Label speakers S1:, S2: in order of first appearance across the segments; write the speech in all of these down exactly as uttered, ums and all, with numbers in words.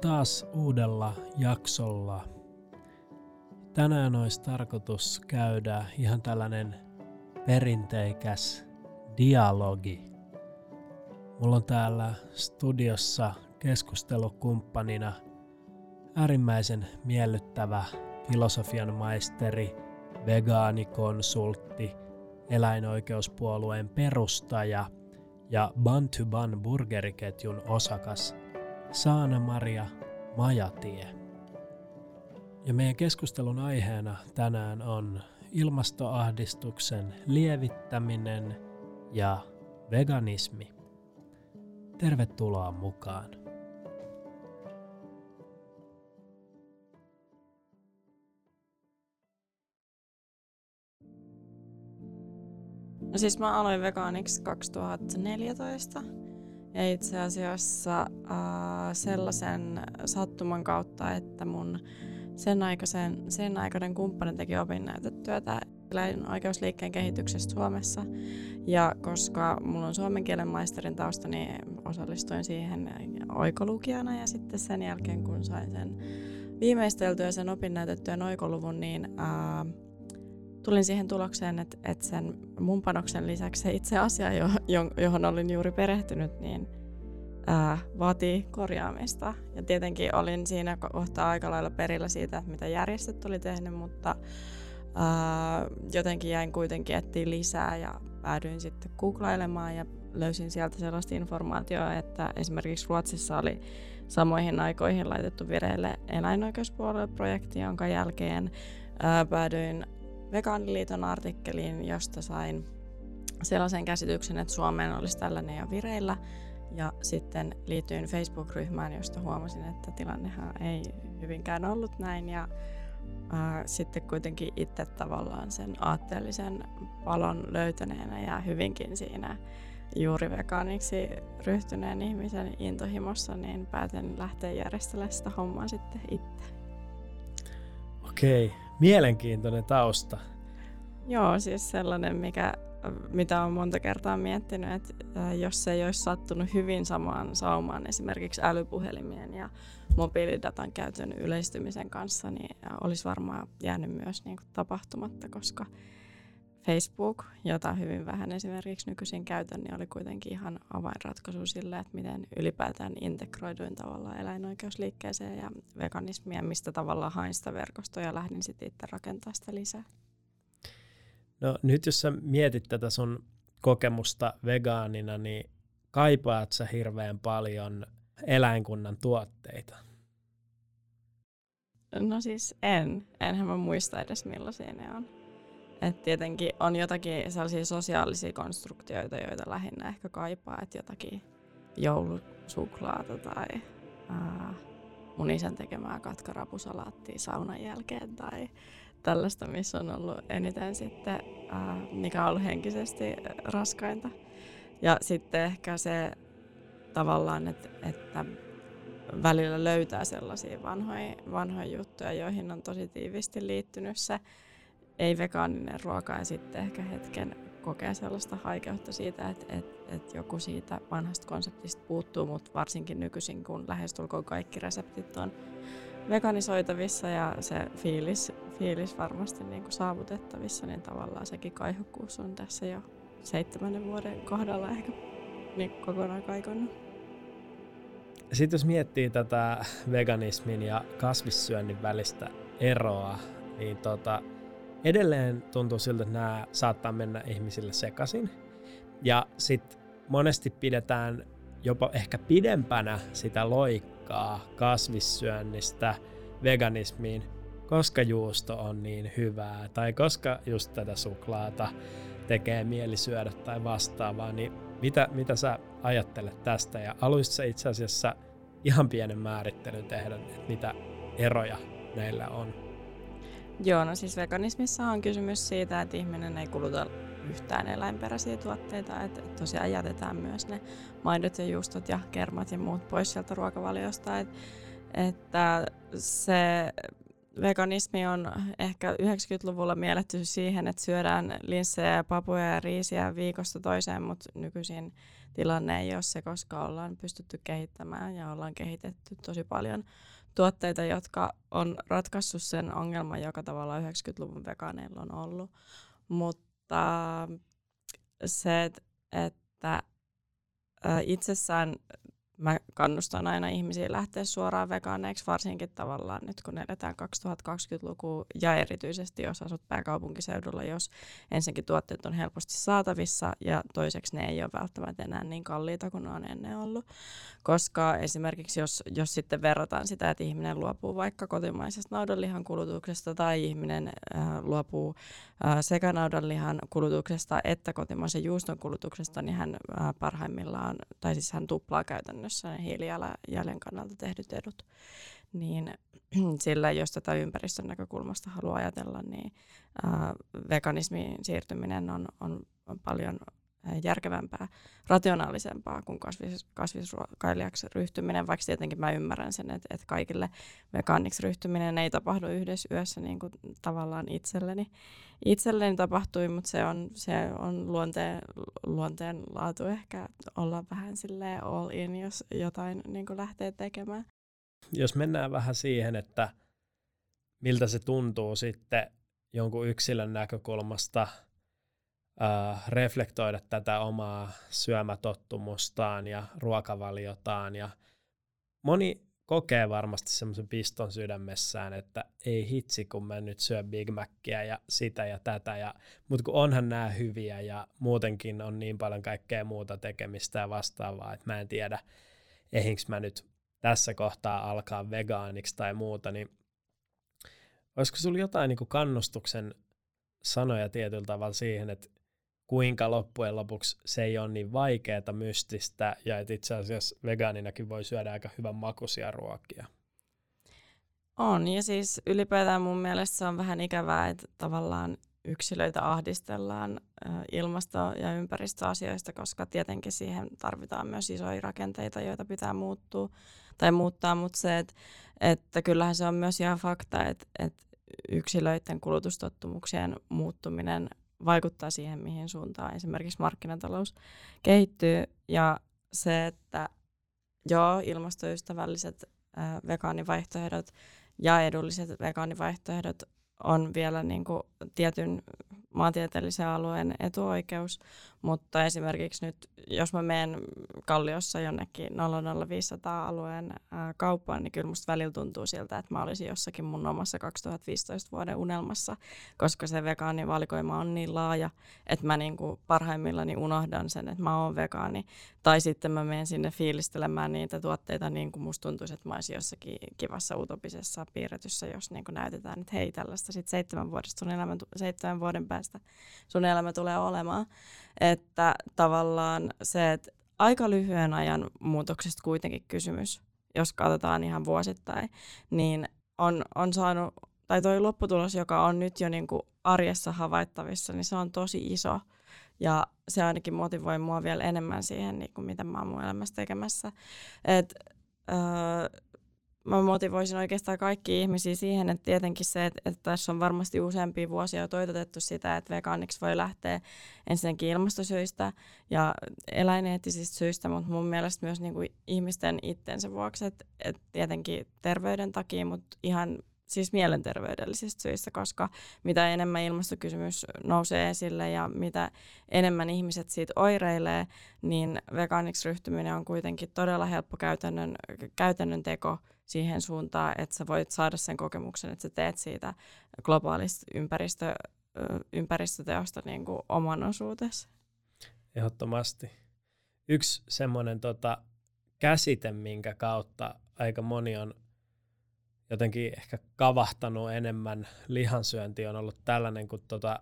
S1: taas uudella jaksolla. Tänään olisi tarkoitus käydä ihan tällainen perinteikäs dialogi. Mulla on täällä studiossa keskustelukumppanina äärimmäisen miellyttävä filosofian maisteri, vegaanikonsultti, eläinoikeuspuolueen perustaja ja Bantu Bun burgeriketjun osakas Saana-Maria Majatie. Ja meidän keskustelun aiheena tänään on ilmastoahdistuksen lievittäminen ja veganismi. Tervetuloa mukaan.
S2: No siis mä aloin vegaaniksi kaksituhattaneljätoista ja itse asiassa äh, sellaisen sattuman kautta, että mun sen aikaisen, sen aikainen kumppani teki opinnäytetyötä eläinoikeusliikkeen kehityksestä Suomessa. Ja koska mulla on suomen kielen maisterin tausta, niin osallistuin siihen oikolukijana ja sitten sen jälkeen kun sain sen viimeisteltyä sen opinnäytetyön oikoluvun, niin ää, tulin siihen tulokseen, että, että sen mun panoksen lisäksi se itse asia, johon olin juuri perehtynyt, niin ää, vaatii korjaamista. Ja tietenkin olin siinä kohtaa aika lailla perillä siitä, että mitä järjestöt oli tehnyt, mutta ää, jotenkin jäin kuitenkin etsiä lisää ja päädyin sitten googlailemaan ja löysin sieltä sellaista informaatiota, että esimerkiksi Ruotsissa oli samoihin aikoihin laitettu vireille eläinoikeuspuolueprojekti, jonka jälkeen ää, päädyin Vegaaniliiton artikkeliin, josta sain sellaisen käsityksen, että Suomeen olisi tällainen jo vireillä. Ja sitten liityin Facebook-ryhmään, josta huomasin, että tilannehan ei hyvinkään ollut näin. Ja ää, sitten kuitenkin itse tavallaan sen aatteellisen palon löytäneenä ja hyvinkin siinä juuri vegaaniksi ryhtyneen ihmisen intohimossa, niin päätin lähteä järjestelemään sitä hommaa sitten itse.
S1: Okei, mielenkiintoinen tausta.
S2: Joo, siis sellainen, mikä, mitä olen monta kertaa miettinyt, että jos se ei olisi sattunut hyvin samaan saumaan esimerkiksi älypuhelimien ja mobiilidatan käytön yleistymisen kanssa, niin olisi varmaan jäänyt myös niin kuin tapahtumatta, koska Facebook, jota hyvin vähän esimerkiksi nykyisin käytän, niin oli kuitenkin ihan avainratkaisu sille, että miten ylipäätään integroiduin tavallaan eläinoikeusliikkeeseen ja veganismia, mistä tavallaan hain sitä verkostoa ja lähdin sitten itse rakentaa sitä lisää.
S1: No nyt jos sä mietit tätä sun kokemusta vegaanina, niin kaipaat sä hirveän paljon eläinkunnan tuotteita?
S2: No siis en. Enhän mä muista edes millaisia ne on. Et tietenkin on jotakin sellaisia sosiaalisia konstruktioita, joita lähinnä ehkä kaipaa, että jotakin joulusuklaata tai ää, mun isän tekemää katkarapusalaattia saunan jälkeen tai tällaista, missä on ollut eniten sitten, ää, mikä on ollut henkisesti raskainta. Ja sitten ehkä se tavallaan, että, että välillä löytää sellaisia vanhoja, vanhoja juttuja, joihin on tosi tiivisti liittynyt se ei-vegaaninen ruoka ja sitten ehkä hetken kokee sellaista haikeutta siitä, että, että, että joku siitä vanhasta konseptista puuttuu, mutta varsinkin nykyisin, kun lähestulkoon kaikki reseptit on veganisoitavissa ja se fiilis, fiilis varmasti niin kuin saavutettavissa, niin tavallaan sekin kaihokkuus on tässä jo seitsemännen vuoden kohdalla ehkä niin kokonaan kaikonnut.
S1: Sitten jos miettii tätä veganismin ja kasvissyönnin välistä eroa, niin tota, edelleen tuntuu siltä, että nämä saattaa mennä ihmisille sekaisin. Ja sitten monesti pidetään jopa ehkä pidempänä sitä loikkaa kasvissyönnistä veganismiin, koska juusto on niin hyvää tai koska just tätä suklaata tekee mieli syödä tai vastaavaa. Niin mitä, mitä sä ajattelet tästä ja haluaisitko sä itse asiassa ihan pienen määrittelyn tehdä, että mitä eroja näillä on?
S2: Joo, no siis veganismissa on kysymys siitä, että ihminen ei kuluta yhtään eläinperäisiä tuotteita, että tosiaan jätetään myös ne maidot ja juustot ja kermat ja muut pois sieltä ruokavaliosta, että, että se veganismi on ehkä yhdeksänkymmentäluvulla mielletty siihen, että syödään linssejä ja papuja ja riisiä viikosta toiseen, mutta nykyisin tilanne ei ole se, koska ollaan pystytty kehittämään ja ollaan kehitetty tosi paljon tuotteita, jotka on ratkaissut sen ongelman, joka tavallaan yhdeksänkymmentäluvun vegaaneilla on ollut. Mutta se, että itsessään mä kannustan aina ihmisiä lähteä suoraan vegaaneiksi, varsinkin tavallaan nyt kun eletään kaksituhattakaksikymmentälukua ja erityisesti jos asut pääkaupunkiseudulla, jos ensinnäkin tuotteet on helposti saatavissa ja toiseksi ne ei ole välttämättä enää niin kalliita kuin ne on ennen ollut. Koska esimerkiksi jos, jos sitten verrataan sitä, että ihminen luopuu vaikka kotimaisesta naudanlihan kulutuksesta tai ihminen äh, luopuu äh, sekä naudanlihan kulutuksesta että kotimaisen juuston kulutuksesta, niin hän äh, parhaimmillaan, tai siis hän tuplaa käytännössä ne hiilijalanjäljen kannalta tehdyt edut. Niin sillä, jos tätä ympäristön näkökulmasta haluaa ajatella, niin äh, veganismiin siirtyminen on, on, on paljon järkevämpää, rationaalisempaa kuin kasvis, kasvisruokailijaksi ryhtyminen, vaikka tietenkin mä ymmärrän sen, että, että kaikille vegaaniksi ryhtyminen ei tapahdu yhdessä yössä niin kuin tavallaan itselleni. Itselleni tapahtui, mutta se on, se on luonteen, luonteen laatu ehkä olla vähän silleen all in, jos jotain niin kuin lähtee tekemään.
S1: Jos mennään vähän siihen, että miltä se tuntuu sitten jonkun yksilön näkökulmasta Uh, reflektoida tätä omaa syömätottumustaan ja ruokavaliotaan. Ja moni kokee varmasti semmoisen piston sydämessään, että ei hitsi, kun mä nyt syön Big Mackiä ja sitä ja tätä. Ja, mutta kun onhan nämä hyviä ja muutenkin on niin paljon kaikkea muuta tekemistä ja vastaavaa, että mä en tiedä, ehinkö mä nyt tässä kohtaa alkaa vegaaniksi tai muuta, niin olisiko sulla jotain niin kuin kannustuksen sanoja tietyllä tavalla siihen, että kuinka loppujen lopuksi se ei ole niin vaikeaa, mystistä ja että itse asiassa vegaaninakin voi syödä aika hyvän makuisia ruokia.
S2: On, ja siis ylipäätään mun mielestä se on vähän ikävää, että tavallaan yksilöitä ahdistellaan ilmasto- ja ympäristöasioista, koska tietenkin siihen tarvitaan myös isoja rakenteita, joita pitää muuttua tai muuttaa, mutta se, että, että kyllähän se on myös ihan fakta, että, että yksilöiden kulutustottumuksien muuttuminen vaikuttaa siihen, mihin suuntaan esimerkiksi markkinatalous kehittyy. Ja se, että joo, ilmastoystävälliset äh, vegaanivaihtoehdot ja edulliset vegaanivaihtoehdot on vielä niin kuin tietyn maantieteellisen alueen etuoikeus, mutta esimerkiksi nyt, jos mä menen Kalliossa jonnekin nolla nolla viisisataa alueen ää, kauppaan, niin kyllä musta välillä tuntuu siltä, että mä olisin jossakin mun omassa kaksituhattaviisitoista vuoden unelmassa, koska se vegaanivalikoima on niin laaja, että mä niinku parhaimmillani unohdan sen, että mä oon vegaani. Tai sitten mä menen sinne fiilistelemään niitä tuotteita niin kuin musta tuntuisi, että mä olisin jossakin kivassa utopisessa piirretyssä, jos niin kuin näytetään, että hei, tällaista sitten seitsemän, vuodesta sun elämä, seitsemän vuoden päästä sun elämä tulee olemaan. Että tavallaan se, että aika lyhyen ajan muutoksesta kuitenkin kysymys, jos katsotaan ihan vuosittain, niin on, on saanut, tai toi lopputulos, joka on nyt jo niin kuin arjessa havaittavissa, niin se on tosi iso. Ja se ainakin motivoi mua vielä enemmän siihen, niin kuin mitä mä oon mun elämässä tekemässä. Et, öö, mä motivoisin oikeastaan kaikkia ihmisiä siihen, että tietenkin se, että, että tässä on varmasti useampia vuosia jo toitotettu sitä, että vegaaniksi voi lähteä ensinnäkin ilmastosyistä ja eläineettisistä syistä, mutta mun mielestä myös niin kuin ihmisten itsensä vuoksi, että, että tietenkin terveyden takia, mutta ihan siis mielenterveydellisistä syistä, koska mitä enemmän ilmastokysymys nousee esille ja mitä enemmän ihmiset siitä oireilee, niin vegaaniksi ryhtyminen on kuitenkin todella helppo käytännön, käytännön teko siihen suuntaan, että sä voit saada sen kokemuksen, että sä teet siitä globaalista ympäristö, ympäristöteosta niin kuin oman osuutesi.
S1: Ehdottomasti. Yksi semmoinen tota, käsite, minkä kautta aika moni on jotenkin ehkä kavahtanut enemmän lihansyönti, on ollut tällainen kuin tota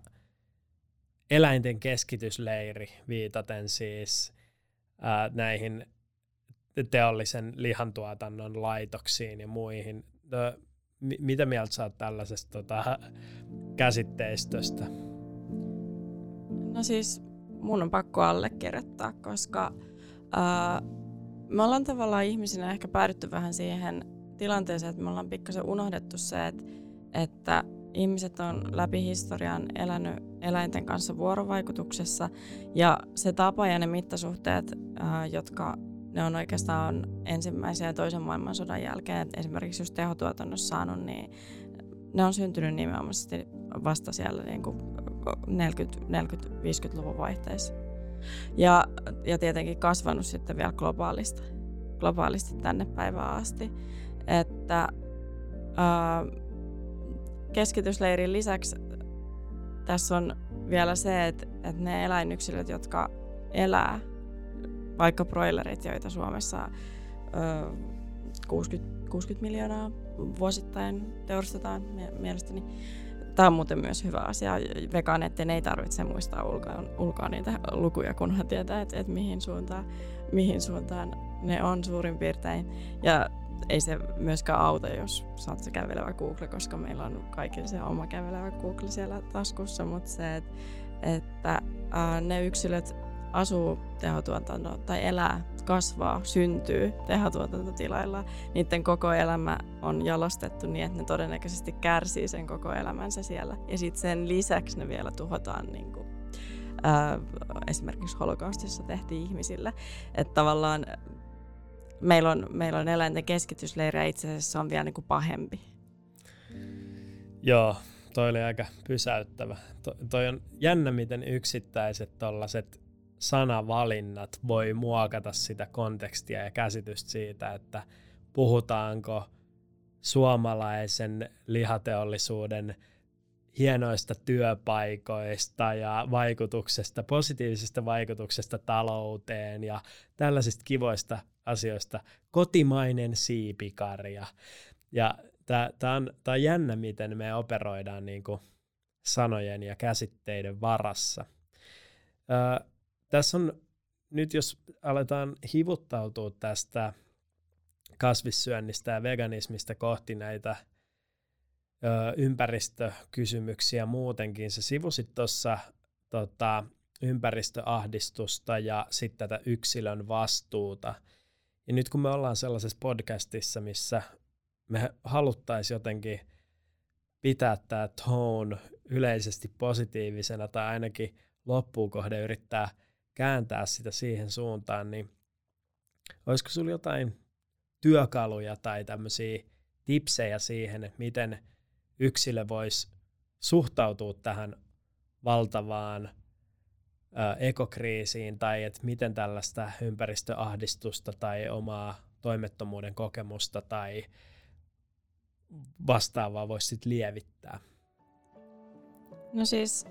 S1: eläinten keskitysleiri, viitaten siis ää, näihin teollisen lihantuotannon laitoksiin ja muihin. Tö, m- mitä mieltä sä oot tällaisesta tota, käsitteistöstä?
S2: No siis mun on pakko allekirjoittaa, koska ää, me ollaan tavallaan ihmisinä ehkä päädytty vähän siihen tilanteeseen, että me ollaan pikkasen unohdettu se, että, että ihmiset on läpi historian elänyt eläinten kanssa vuorovaikutuksessa ja se tapa ja ne mittasuhteet, ää, jotka ne on oikeastaan ensimmäisen ja toisen maailmansodan jälkeen esimerkiksi just tehotuotannossa saanut, niin ne on syntynyt nimenomaan vasta siellä niin kuin neljäkymmentä-viisikymmentäluvun vaihteessa. Ja, ja tietenkin kasvanut sitten vielä globaalista, globaalisti tänne päivään asti. Että ää, keskitysleirin lisäksi tässä on vielä se, että, että ne eläinyksilöt, jotka elää, vaikka broilerit, joita Suomessa ää, kuusikymmentä, kuusikymmentä miljoonaa vuosittain teurastetaan mielestäni. Tämä on muuten myös hyvä asia. Vegaaneiden ei tarvitse muistaa ulkoa, ulkoa niitä lukuja, kunhan tietää, että, että mihin, suuntaan, mihin suuntaan ne on suurin piirtein. Ja ei se myöskään auta, jos sä oot se kävelevä Google, koska meillä on kaikilla se oma kävelevä Google siellä taskussa. Mutta se, että, että ää, ne yksilöt asuu tehotuotanto tai elää, kasvaa, syntyy tehotuotantotilailla. Niiden koko elämä on jalostettu niin, että ne todennäköisesti kärsii sen koko elämänsä siellä. Ja sitten sen lisäksi ne vielä tuhotaan niin kuin, ää, esimerkiksi holokaustissa tehtiin ihmisille. Että tavallaan meillä on, meillä on eläinten keskitysleiri ja itse asiassa se on vielä niin kuin pahempi.
S1: Joo, toi oli aika pysäyttävä. To, toi on jännä, miten yksittäiset tollaset sanavalinnat voi muokata sitä kontekstia ja käsitystä siitä, että puhutaanko suomalaisen lihateollisuuden hienoista työpaikoista ja vaikutuksesta, positiivisesta vaikutuksesta talouteen ja tällaisista kivoista asioista, kotimainen siipikarja. Ja tämä on, tää on jännä, miten me operoidaan niinku sanojen ja käsitteiden varassa. Öö, Tässä on nyt, jos aletaan hivuttautua tästä kasvissyönnistä ja veganismista kohti näitä ö, ympäristökysymyksiä muutenkin, sä sivusit tuossa tota, ympäristöahdistusta ja sitten tätä yksilön vastuuta. Ja nyt kun me ollaan sellaisessa podcastissa, missä me haluttaisiin jotenkin pitää tämä tone yleisesti positiivisena tai ainakin loppuun kohden yrittää kääntää sitä siihen suuntaan, niin olisiko sulla jotain työkaluja tai tämmöisiä tipsejä siihen, että miten yksilö voisi suhtautua tähän valtavaan ö, ekokriisiin tai että miten tällaista ympäristöahdistusta tai omaa toimettomuuden kokemusta tai vastaavaa voisi sit lievittää?
S2: No siis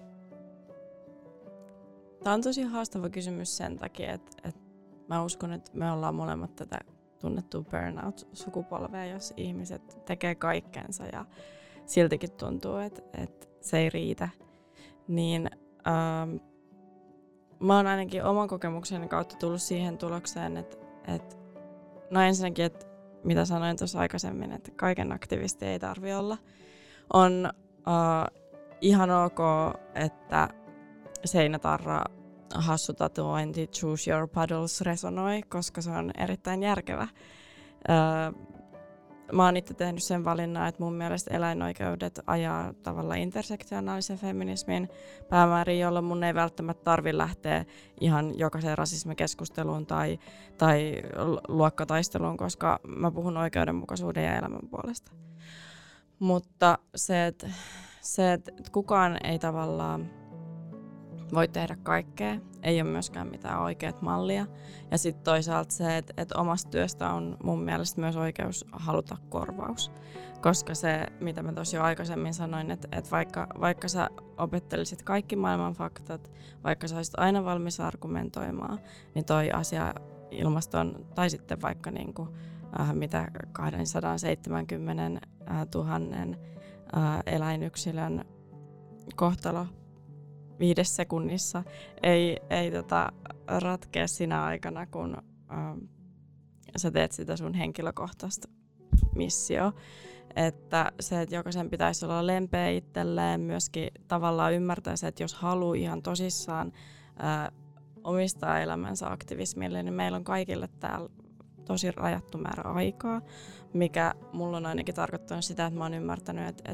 S2: tämä on tosi haastava kysymys sen takia, että, että mä uskon, että me ollaan molemmat tätä tunnettua burnout-sukupolvea, jos ihmiset tekee kaikkensa ja siltikin tuntuu, että, että se ei riitä. Niin ähm, mä oon ainakin oman kokemukseni kautta tullut siihen tulokseen, että, että no ensinnäkin, että mitä sanoin tuossa aikaisemmin, että kaiken aktivisti ei tarvitse olla. On äh, ihan ok, että seinätarra hassu tatuointi Choose Your Paddles resonoi, koska se on erittäin järkevä. Öö, mä oon itse tehnyt sen valinnan, että mun mielestä eläinoikeudet ajaa tavallaan intersektionaalisen feminismin päämäärin, jolloin mun ei välttämättä tarvitse lähteä ihan jokaiseen rasismikeskusteluun tai, tai luokkataisteluun, koska mä puhun oikeudenmukaisuuden ja elämän puolesta. Mutta se, että se, että kukaan ei tavallaan voi tehdä kaikkea, ei ole myöskään mitään oikeat mallia. Ja sitten toisaalta se, että, että omasta työstä on mun mielestä myös oikeus haluta korvaus. Koska se, mitä mä tuossa jo aikaisemmin sanoin, että, että vaikka, vaikka sä opettelisit kaikki maailman faktat, vaikka sä olisit aina valmis argumentoimaan, niin toi asia ilmaston, tai sitten vaikka niinku, äh, mitä kaksisataaseitsemänkymmentätuhatta äh, eläinyksilön kohtalo viides sekunnissa ei, ei tota ratkea sinä aikana, kun ähm, sä teet sitä sun henkilökohtaista missio. Että se, että jokaisen pitäisi olla lempeä itselleen, myöskin tavallaan ymmärtää se, että jos haluaa ihan tosissaan äh, omistaa elämänsä aktivismille, niin meillä on kaikille täällä tosi rajattu määrä aikaa, mikä mulla on ainakin tarkoittanut sitä, että mä oon ymmärtänyt, että, että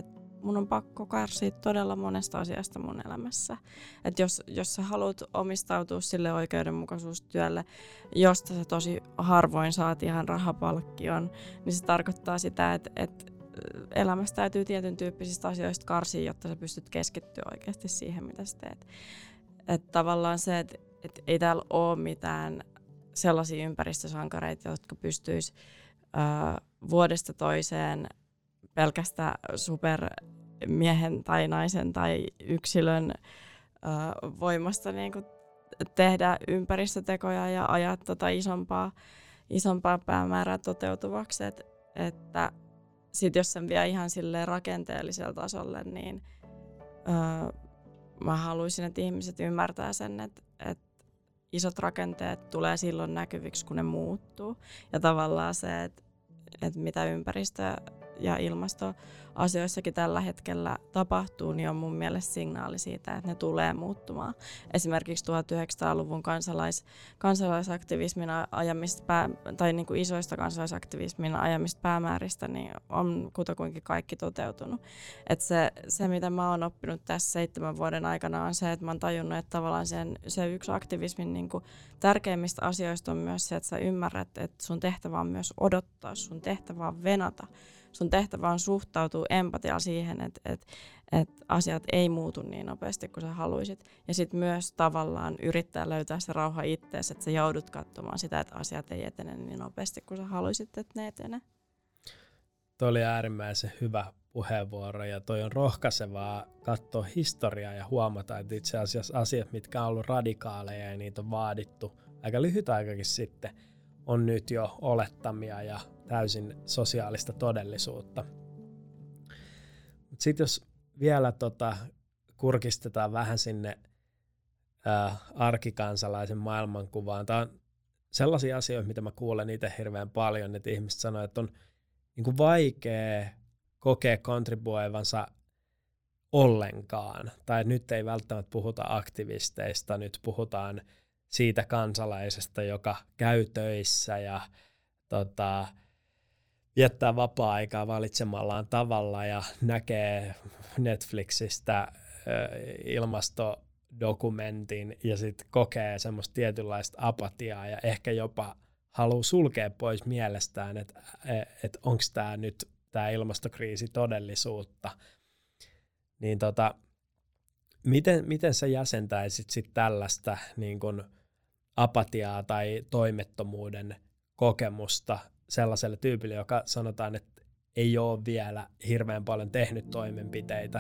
S2: mun on pakko karsia todella monesta asiasta mun elämässä. Et jos, jos sä haluat omistautua sille oikeudenmukaisuustyölle, josta sä tosi harvoin saat ihan rahapalkkion, niin se tarkoittaa sitä, että et elämässä täytyy tietyn tyyppisistä asioista karsia, jotta sä pystyt keskittyä oikeasti siihen, mitä sä teet. Et tavallaan se, että et ei täällä ole mitään sellaisia ympäristösankareita, jotka pystyis ö, vuodesta toiseen pelkästään supermiehen tai naisen tai yksilön ö, voimasta niin kuin tehdä ympäristötekoja ja ajaa tota isompaa, isompaa päämäärää toteutuvaksi. Et, että sit jos sen vie ihan silleen rakenteelliselle tasolle, niin ö, mä haluaisin, että ihmiset ymmärtää sen, että, että isot rakenteet tulee silloin näkyviksi, kun ne muuttuu. Ja tavallaan se, että, että mitä ympäristö- ja ilmastoasioissakin tällä hetkellä tapahtuu, niin on mun mielestä signaali siitä, että ne tulee muuttumaan. Esimerkiksi tuhatyhdeksänsataaluvun kansalais, kansalaisaktivismin ajamista pää, tai niin kuin isoista kansalaisaktivismin ajamista päämääristä niin on kutakuinkin kaikki toteutunut. Et se, se, mitä mä oon oppinut tässä seitsemän vuoden aikana, on se, että mä oon tajunnut, että tavallaan sen, se yksi aktivismin niin kuin tärkeimmistä asioista on myös se, että sä ymmärrät, että sun tehtävä on myös odottaa, sun tehtävä on venata. Sun tehtävä on suhtautua empatialla siihen, että, että, että asiat ei muutu niin nopeasti kuin sä haluisit. Ja sitten myös tavallaan yrittää löytää se rauha itseesi, että sä joudut katsomaan sitä, että asiat ei etene niin nopeasti kuin sä haluisit, että ne etene.
S1: Toi oli äärimmäisen hyvä puheenvuoro ja toi on rohkaisevaa katsoa historiaa ja huomata, että itse asiassa asiat, mitkä on ollut radikaaleja ja niitä on vaadittu aika lyhyt aikakin sitten, on nyt jo olettamia ja täysin sosiaalista todellisuutta. Sitten jos vielä tota, kurkistetaan vähän sinne ää, arkikansalaisen maailmankuvaan. Tämä on sellaisia asioita, mitä mä kuulen itse hirveän paljon, että ihmiset sanoo, että on niin kuin vaikea kokea kontribuoivansa ollenkaan. Tai nyt ei välttämättä puhuta aktivisteista, nyt puhutaan siitä kansalaisesta, joka käy töissä ja tota, viettää vapaa-aikaa valitsemallaan tavalla ja näkee Netflixistä äh, ilmastodokumentin ja sitten kokee semmoista tietynlaista apatiaa ja ehkä jopa haluaa sulkea pois mielestään, että et onko tämä nyt tämä ilmastokriisi todellisuutta. Niin tota, miten, miten sä jäsentäisit sit tällaista niin kun apatiaa tai toimettomuuden kokemusta sellaiselle tyypille, joka sanotaan, että ei ole vielä hirveän paljon tehnyt toimenpiteitä?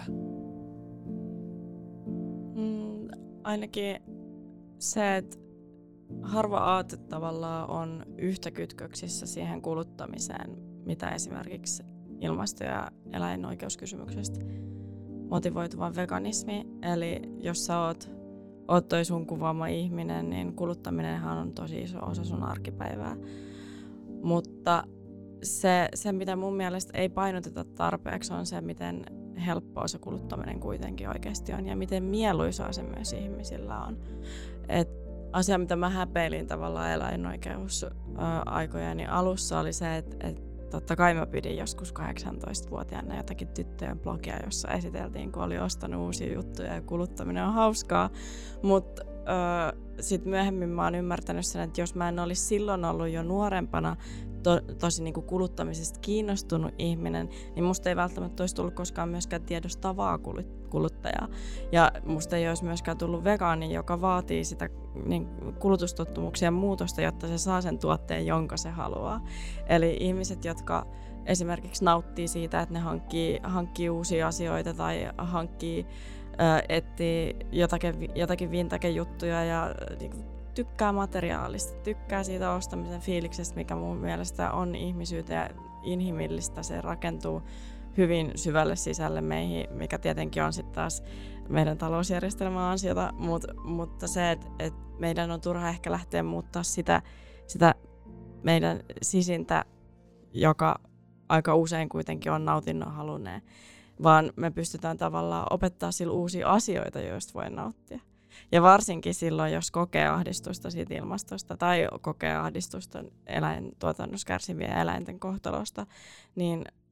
S2: Mm, ainakin se, että harva aate tavallaan on yhtä kytköksissä siihen kuluttamiseen, mitä esimerkiksi ilmasto- ja eläinoikeuskysymyksestä motivoituva veganismi. Eli jos sä oot, oot toi sun kuvaama ihminen, niin kuluttaminenhan on tosi iso osa sun arkipäivää. Mutta se, se, mitä mun mielestä ei painoteta tarpeeksi, on se, miten helppoa se kuluttaminen kuitenkin oikeasti on ja miten mieluisaa se myös ihmisillä on. Et asia, mitä mä häpeilin tavallaan eläinoikeusaikojeni alussa, oli se, että et totta kai mä pidin joskus kahdeksantoistavuotiaana jotakin tyttöjen blogia, jossa esiteltiin, kun oli ostanut uusia juttuja ja kuluttaminen on hauskaa. Mutta sitten myöhemmin mä oon ymmärtänyt sen, että jos mä en olisi silloin ollut jo nuorempana to, tosi niinku kuluttamisesta kiinnostunut ihminen, niin musta ei välttämättä olisi tullut koskaan myöskään tiedostavaa kuluttajaa. Ja musta ei olisi myöskään tullut vegaani, joka vaatii sitä niin, kulutustottumuksien muutosta, jotta se saa sen tuotteen, jonka se haluaa. Eli ihmiset, jotka esimerkiksi nauttii siitä, että ne hankkii, hankkii uusia asioita tai hankkii etsii jotakin, jotakin vintage-juttuja ja tykkää materiaalista, tykkää siitä ostamisen fiiliksestä, mikä mun mielestä on ihmisyyteen ja inhimillistä. Se rakentuu hyvin syvälle sisälle meihin, mikä tietenkin on sitten taas meidän talousjärjestelmän ansiota, mut, mutta se, että et meidän on turha ehkä lähteä muuttaa sitä, sitä meidän sisintä, joka aika usein kuitenkin on nautinnon halunneen, vaan me pystytään tavallaan opettaa sille uusia asioita, joista voi nauttia. Ja varsinkin silloin, jos kokee ahdistusta siitä ilmastosta tai kokee ahdistusta eläintuotannossa kärsivien eläinten kohtalosta, niin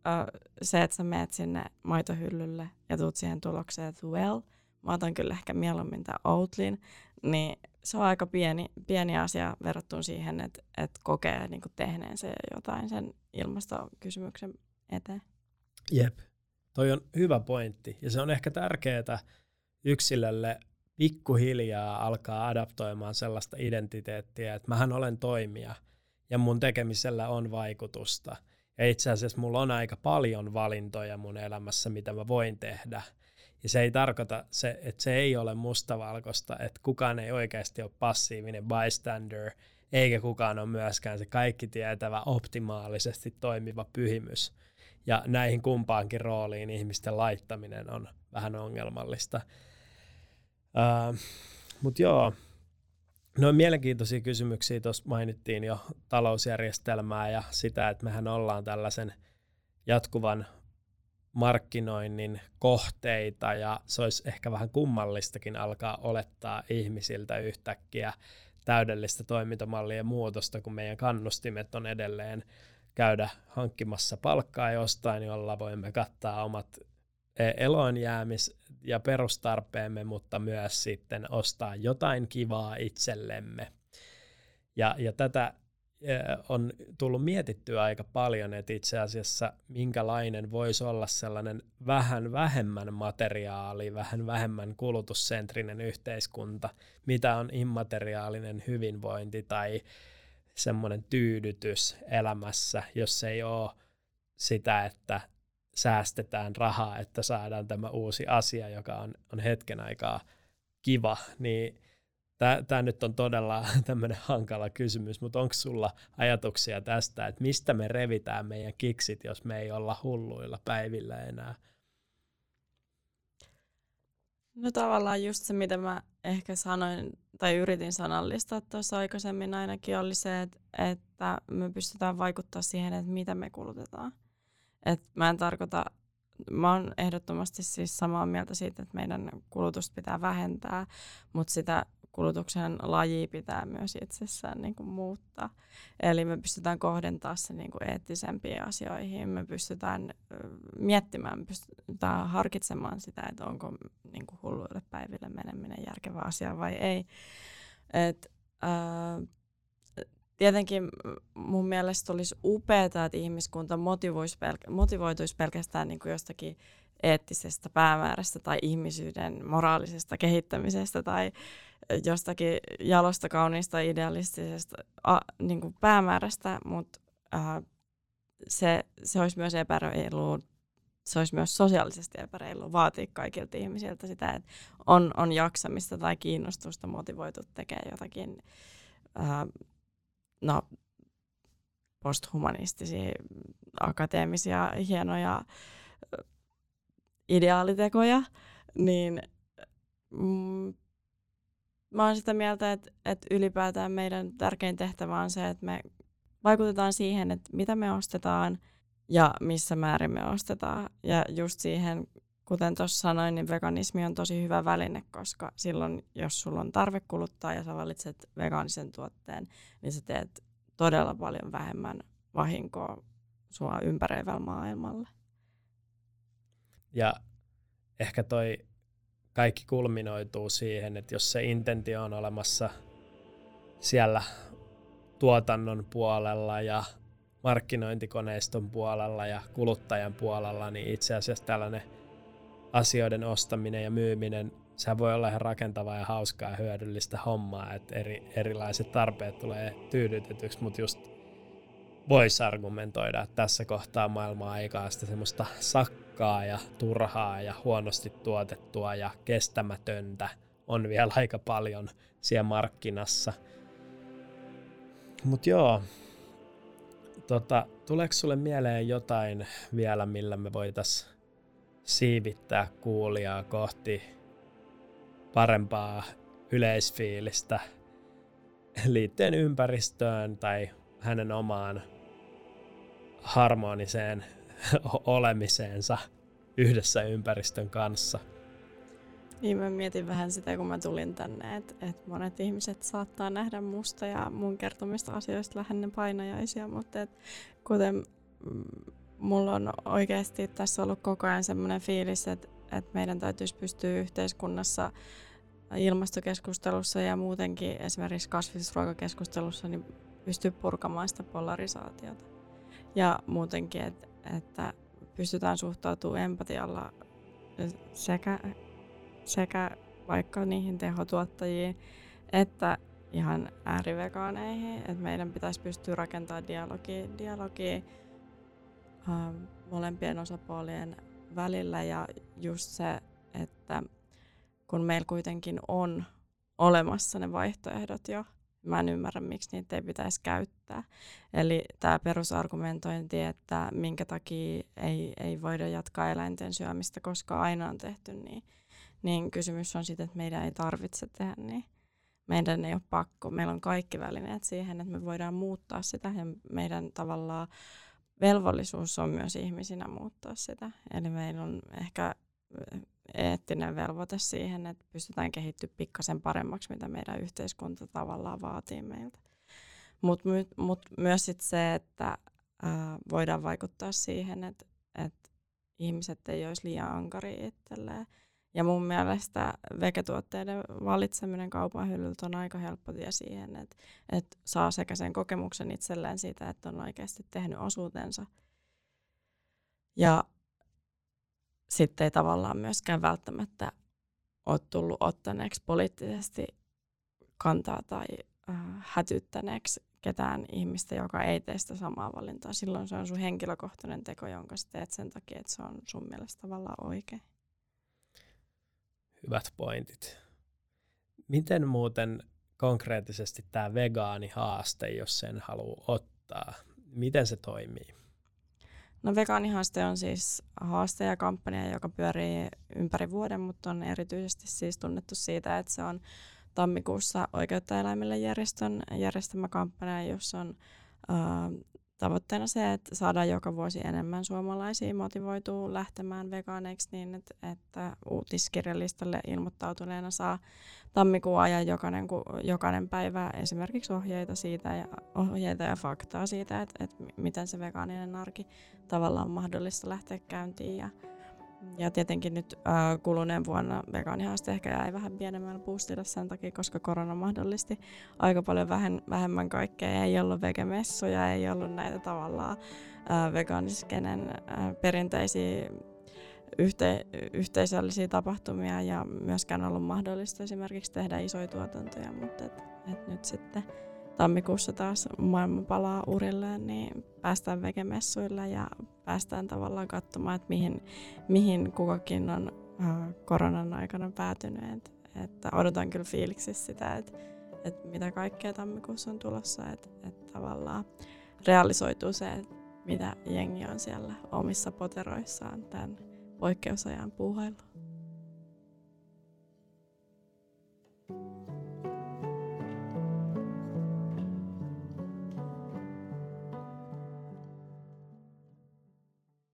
S2: uh, se, että sä meet sinne maitohyllylle ja tuut siihen tulokseen, että well, mä otan kyllä ehkä mieluummin tämän Oatlyn, niin se on aika pieni, pieni asia verrattuna siihen, että, että kokee niin kuin tehneensä jotain sen ilmastokysymyksen eteen.
S1: Jep, toi on hyvä pointti ja se on ehkä tärkeää yksilölle pikkuhiljaa alkaa adaptoimaan sellaista identiteettiä, että mähän olen toimija ja mun tekemisellä on vaikutusta. Ja itse asiassa mulla on aika paljon valintoja mun elämässä, mitä mä voin tehdä. Ja se ei tarkoita, se, että se ei ole mustavalkoista, että kukaan ei oikeasti ole passiivinen bystander, eikä kukaan ole myöskään se kaikki tietävä optimaalisesti toimiva pyhimys. Ja näihin kumpaankin rooliin ihmisten laittaminen on vähän ongelmallista. Uh, Mutta joo, noin mielenkiintoisia kysymyksiä tuossa mainittiin jo talousjärjestelmää ja sitä, että mehän ollaan tällaisen jatkuvan markkinoinnin kohteita ja se olisi ehkä vähän kummallistakin alkaa olettaa ihmisiltä yhtäkkiä täydellistä toimintamallien muutosta, kun meidän kannustimet on edelleen käydä hankkimassa palkkaa jostain, jolla voimme kattaa omat eloonjäämis- ja perustarpeemme, mutta myös sitten ostaa jotain kivaa itsellemme. Ja, ja tätä on tullut mietittyä aika paljon, että itse asiassa minkälainen voisi olla sellainen vähän vähemmän materiaali, vähän vähemmän kulutussentrinen yhteiskunta, mitä on immateriaalinen hyvinvointi tai semmoinen tyydytys elämässä, jos ei ole sitä, että säästetään rahaa, että saadaan tämä uusi asia, joka on, on hetken aikaa kiva, niin tämä nyt on todella tämmöinen hankala kysymys, mutta onko sulla ajatuksia tästä, että mistä me revitään meidän kiksit, jos me ei olla hulluilla päivillä enää?
S2: No tavallaan just se, mitä mä ehkä sanoin tai yritin sanallistaa tuossa aikaisemmin ainakin, oli se, että, että me pystytään vaikuttaa siihen, että mitä me kulutetaan. Et mä en tarkoita, mä oon ehdottomasti siis samaa mieltä siitä, että meidän kulutusta pitää vähentää, mutta sitä kulutuksen lajia pitää myös itsessään niin kuin muuttaa. Eli me pystytään kohdentamaan se niin kuin eettisempiin asioihin, me pystytään miettimään, me pystytään harkitsemaan sitä, että onko niin kuin hulluille päiville meneminen järkevä asia vai ei. Et, äh, Tietenkin mun mielestä olisi upeaa, että ihmiskunta pelk- motivoituisi pelkästään niin kuin jostakin eettisestä päämäärästä tai ihmisyyden moraalisesta kehittämisestä tai jostakin jalosta, kauniista, idealistisesta a, niin kuin päämäärästä, mutta äh, se, se olisi myös epäreilu, se olisi myös sosiaalisesti epäreilu vaatia kaikilta ihmisiltä sitä, että on, on jaksamista tai kiinnostusta motivoitu tekemään jotakin äh, no, posthumanistisia, akateemisia, hienoja ideaalitekoja, niin mm, mä oon sitä mieltä, että, että ylipäätään meidän tärkein tehtävä on se, että me vaikutetaan siihen, että mitä me ostetaan ja missä määrin me ostetaan. Ja just siihen, kuten tuossa sanoin, niin veganismi on tosi hyvä väline, koska silloin, jos sulla on tarve kuluttaa ja sä valitset vegaanisen tuotteen, niin sä teet todella paljon vähemmän vahinkoa sua ympäröivällä maailmalla.
S1: Ja ehkä toi kaikki kulminoituu siihen, että jos se intentio on olemassa siellä tuotannon puolella ja markkinointikoneiston puolella ja kuluttajan puolella, niin itse asiassa tällainen asioiden ostaminen ja myyminen, sehän voi olla ihan rakentavaa ja hauskaa ja hyödyllistä hommaa, että eri, erilaiset tarpeet tulee tyydytetyksi, mutta just voisi argumentoida, että tässä kohtaa maailmaa aikaa sitä semmoista sakkaa ja turhaa ja huonosti tuotettua ja kestämätöntä on vielä aika paljon siellä markkinassa. Mut joo, tota, tuleeko sulle mieleen jotain vielä, millä me voitaisiin siivittää kuulijaa kohti parempaa yleisfiilistä liittyen ympäristöön tai hänen omaan harmoniseen olemiseensa yhdessä ympäristön kanssa?
S2: Niin mä mietin vähän sitä, kun mä tulin tänne, että, että monet ihmiset saattaa nähdä musta ja mun kertomista asioista lähinnä painajaisia, mutta että kuten mulla on oikeasti tässä ollut koko ajan semmoinen fiilis, että, että meidän täytyisi pystyä yhteiskunnassa ilmastokeskustelussa ja muutenkin esimerkiksi kasvisruokakeskustelussa niin pystyy purkamaan sitä polarisaatiota. Ja muutenkin, että, että pystytään suhtautumaan empatialla sekä, sekä vaikka niihin tehotuottajiin että ihan äärivegaaneihin. Että meidän pitäisi pystyä rakentamaan dialogia, dialogia äh, molempien osapuolien välillä ja just se, että kun meillä kuitenkin on olemassa ne vaihtoehdot jo, mä en ymmärrä, miksi niitä ei pitäisi käyttää. Eli tämä perusargumentointi, että minkä takia ei, ei voida jatkaa eläinten syömistä, koska aina on tehty niin, niin kysymys on siitä, että meidän ei tarvitse tehdä niin. Meidän ei ole pakko. Meillä on kaikki välineet siihen, että me voidaan muuttaa sitä ja meidän tavallaan velvollisuus on myös ihmisinä muuttaa sitä. Eli meillä on ehkä eettinen velvoite siihen, että pystytään kehittyä pikkasen paremmaksi, mitä meidän yhteiskunta tavallaan vaatii meiltä. Mutta my, mut myös sit se, että ää, voidaan vaikuttaa siihen, että et ihmiset ei olisi liian ankaria itselleen. Ja mun mielestä vegetuotteiden valitseminen kaupan hyllyltä on aika helppo tie siihen, että et saa sekä sen kokemuksen itselleen siitä, että on oikeasti tehnyt osuutensa. Ja sitten ei tavallaan myöskään välttämättä ole tullut ottaneeksi poliittisesti kantaa tai äh, hätyttäneeksi ketään ihmistä, joka ei tee sitä samaa valintaa. Silloin se on sun henkilökohtainen teko, jonka sä teet sen takia, että se on sun mielestä tavallaan oikein.
S1: Hyvät pointit. Miten muuten konkreettisesti tämä vegaanihaaste, jos sen haluaa ottaa, miten se toimii?
S2: No vegaanihaaste on siis haaste ja kampanja, joka pyörii ympäri vuoden, mutta on erityisesti siis tunnettu siitä, että se on tammikuussa Oikeutta eläimille järjestön järjestämä kampanja, jossa on äh, tavoitteena se, että saadaan joka vuosi enemmän suomalaisia motivoituu lähtemään vegaaneiksi niin, että, että uutiskirjalistalle ilmoittautuneena saa tammikuun ajan jokainen, jokainen päivä esimerkiksi ohjeita siitä ja, ohjeita ja faktaa siitä, että, että miten se vegaaninen arki tavallaan on mahdollista lähteä käyntiin. Ja, ja tietenkin nyt äh, kuluneen vuonna vegaanihaaste ehkä jäi vähän pienemmällä boostilla sen takia, koska korona mahdollisti aika paljon vähen, vähemmän kaikkea. Ei ollut vegemessuja, ei ollut näitä tavallaan äh, vegaaniskenen äh, perinteisiä yhte, yhteisöllisiä tapahtumia ja myöskään ollut mahdollista esimerkiksi tehdä isoja tuotantoja, mutta et, et nyt sitten tammikuussa taas maailma palaa urilleen, niin päästään vegemessuille ja päästään tavallaan katsomaan, että mihin, mihin kukakin on äh, koronan aikana päätynyt. Et, että odotan kyllä fiiliksissä sitä, että, että mitä kaikkea tammikuussa on tulossa, että, että tavallaan realisoituu se, että mitä jengi on siellä omissa poteroissaan tämän poikkeusajan puuhailla.